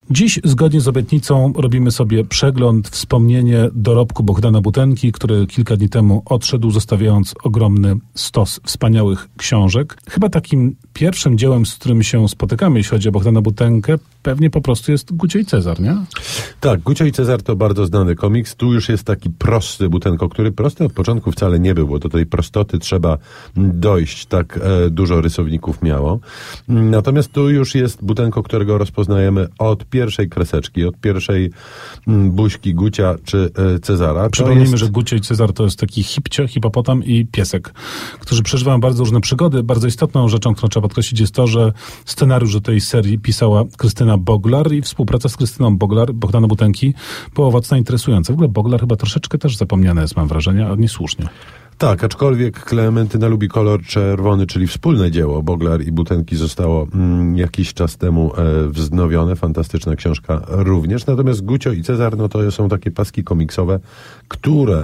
Dziś, zgodnie z obietnicą, robimy sobie przegląd, wspomnienie dorobku Bohdana Butenki, który kilka dni temu odszedł, zostawiając ogromny stos wspaniałych książek. Chyba takim pierwszym dziełem, z którym się spotykamy, jeśli chodzi o Bohdana Butenkę, pewnie po prostu jest Gucio i Cezar, nie? Tak, Gucio i Cezar to bardzo znany komiks. Tu już jest taki prosty Butenko, który prosty od początku wcale nie był, bo do tej prostoty trzeba dojść. Tak dużo rysowników miało. Natomiast tu już jest Butenko, którego rozpoznajemy od pierwszej kreseczki, od pierwszej buźki Gucia czy Cezara. Przypomnijmy, że Gucio i Cezar to jest taki hipcio, hipopotam i piesek, którzy przeżywają bardzo różne przygody. Bardzo istotną rzeczą, którą trzeba podkreślić, jest to, że scenariusz do tej serii pisała Krystyna Boglar i współpraca z Krystyną Boglar, Bohdana Butenki, była owocna i interesująca. W ogóle Boglar chyba troszeczkę też zapomniane jest, mam wrażenie, a niesłusznie. Tak, aczkolwiek Klementyna lubi kolor czerwony, czyli wspólne dzieło Boglar i Butenki zostało jakiś czas temu wznowione. Fantastyczna książka również. Natomiast Gucio i Cezar, no to są takie paski komiksowe, które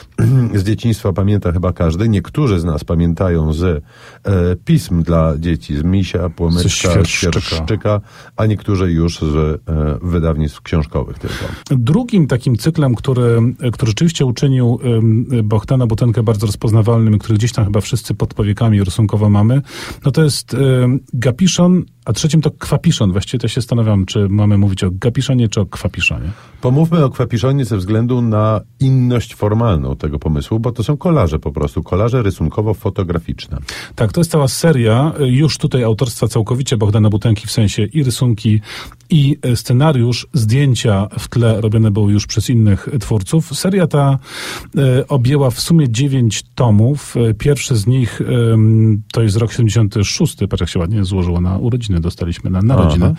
z dzieciństwa pamięta chyba każdy. Niektórzy z nas pamiętają z pism dla dzieci, z Misia, Płomyczka, Świerszczyka, a niektórzy już z wydawnictw książkowych tylko. Drugim takim cyklem, który rzeczywiście uczynił Bohdana Butenkę bardzo rozpoznawalnym, który gdzieś tam chyba wszyscy pod powiekami rysunkowo mamy, no to jest Gapiszon, a trzecim to Kwapiszon. Właściwie to się zastanawiam, czy mamy mówić o Gapiszonie, czy o Kwapiszonie. Pomówmy o Kwapiszonie ze względu na inność formalną tego pomysłu, bo to są kolaże po prostu, kolaże rysunkowo-fotograficzne. Tak, to jest cała seria, już tutaj autorstwa całkowicie Bohdana Butenki, w sensie i rysunki, i scenariusz, zdjęcia w tle robione były już przez innych twórców. Seria ta objęła w sumie 9 tomów. Pierwszy z nich to jest rok 76, patrz jak się ładnie złożyło, na urodziny dostaliśmy, na narodziny.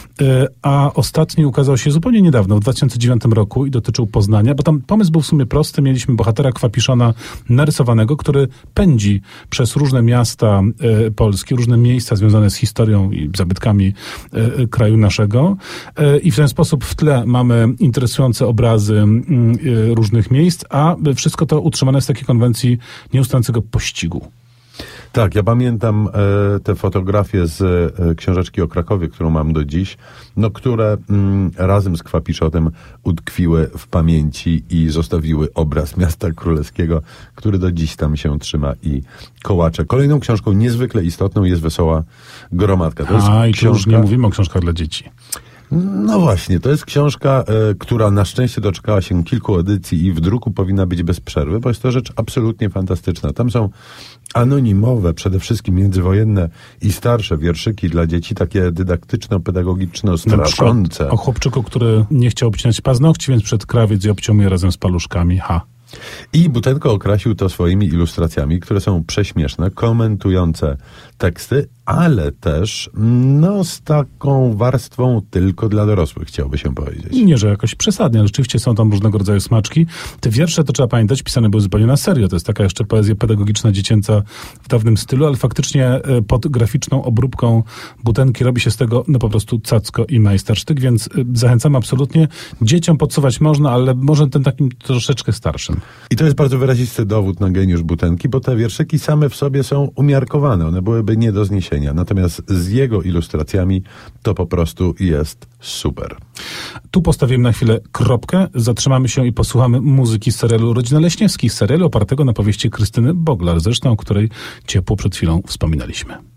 A ostatni ukazał się zupełnie niedawno, w 2009 roku i dotyczył Poznania, bo tam pomysł był w sumie prosty. Mieliśmy bohatera Kwapiszona narysowanego, który pędzi przez różne miasta Polski, różne miejsca związane z historią i zabytkami kraju naszego. I w ten sposób w tle mamy interesujące obrazy różnych miejsc, a wszystko to utrzymane z takiej konwencji nieustającego pościgu. Tak, ja pamiętam te fotografie z książeczki o Krakowie, którą mam do dziś, no które razem z Kwapiszonem utkwiły w pamięci i zostawiły obraz miasta królewskiego, który do dziś tam się trzyma i kołacze. Kolejną książką niezwykle istotną jest Wesoła Gromadka. To jest i tu już nie mówimy o książkach dla dzieci. No właśnie, to jest książka, która na szczęście doczekała się kilku edycji i w druku powinna być bez przerwy, bo jest to rzecz absolutnie fantastyczna. Tam są anonimowe, przede wszystkim międzywojenne i starsze wierszyki dla dzieci, takie dydaktyczno-pedagogiczno-straszące. O chłopczyku, który nie chciał obcinać paznokci, więc przed krawiec je obciął razem z paluszkami. I Butenko okrasił to swoimi ilustracjami, które są prześmieszne, komentujące teksty, ale też z taką warstwą tylko dla dorosłych, chciałby się powiedzieć. Nie, że jakoś przesadnie, ale rzeczywiście są tam różnego rodzaju smaczki. Te wiersze, to trzeba pamiętać, pisane były zupełnie na serio. To jest taka jeszcze poezja pedagogiczna, dziecięca w dawnym stylu, ale faktycznie pod graficzną obróbką Butenki robi się z tego po prostu cacko i majstersztyk, więc zachęcam absolutnie. Dzieciom podsuwać można, ale może ten takim troszeczkę starszym. I to jest bardzo wyrazisty dowód na geniusz Butenki, bo te wierszyki same w sobie są umiarkowane. One byłyby nie do zniesienia. Natomiast z jego ilustracjami to po prostu jest super. Tu postawimy na chwilę kropkę, zatrzymamy się i posłuchamy muzyki z serialu Rodzina Leśniewskich, serialu opartego na powieści Krystyny Boglar, zresztą o której ciepło przed chwilą wspominaliśmy.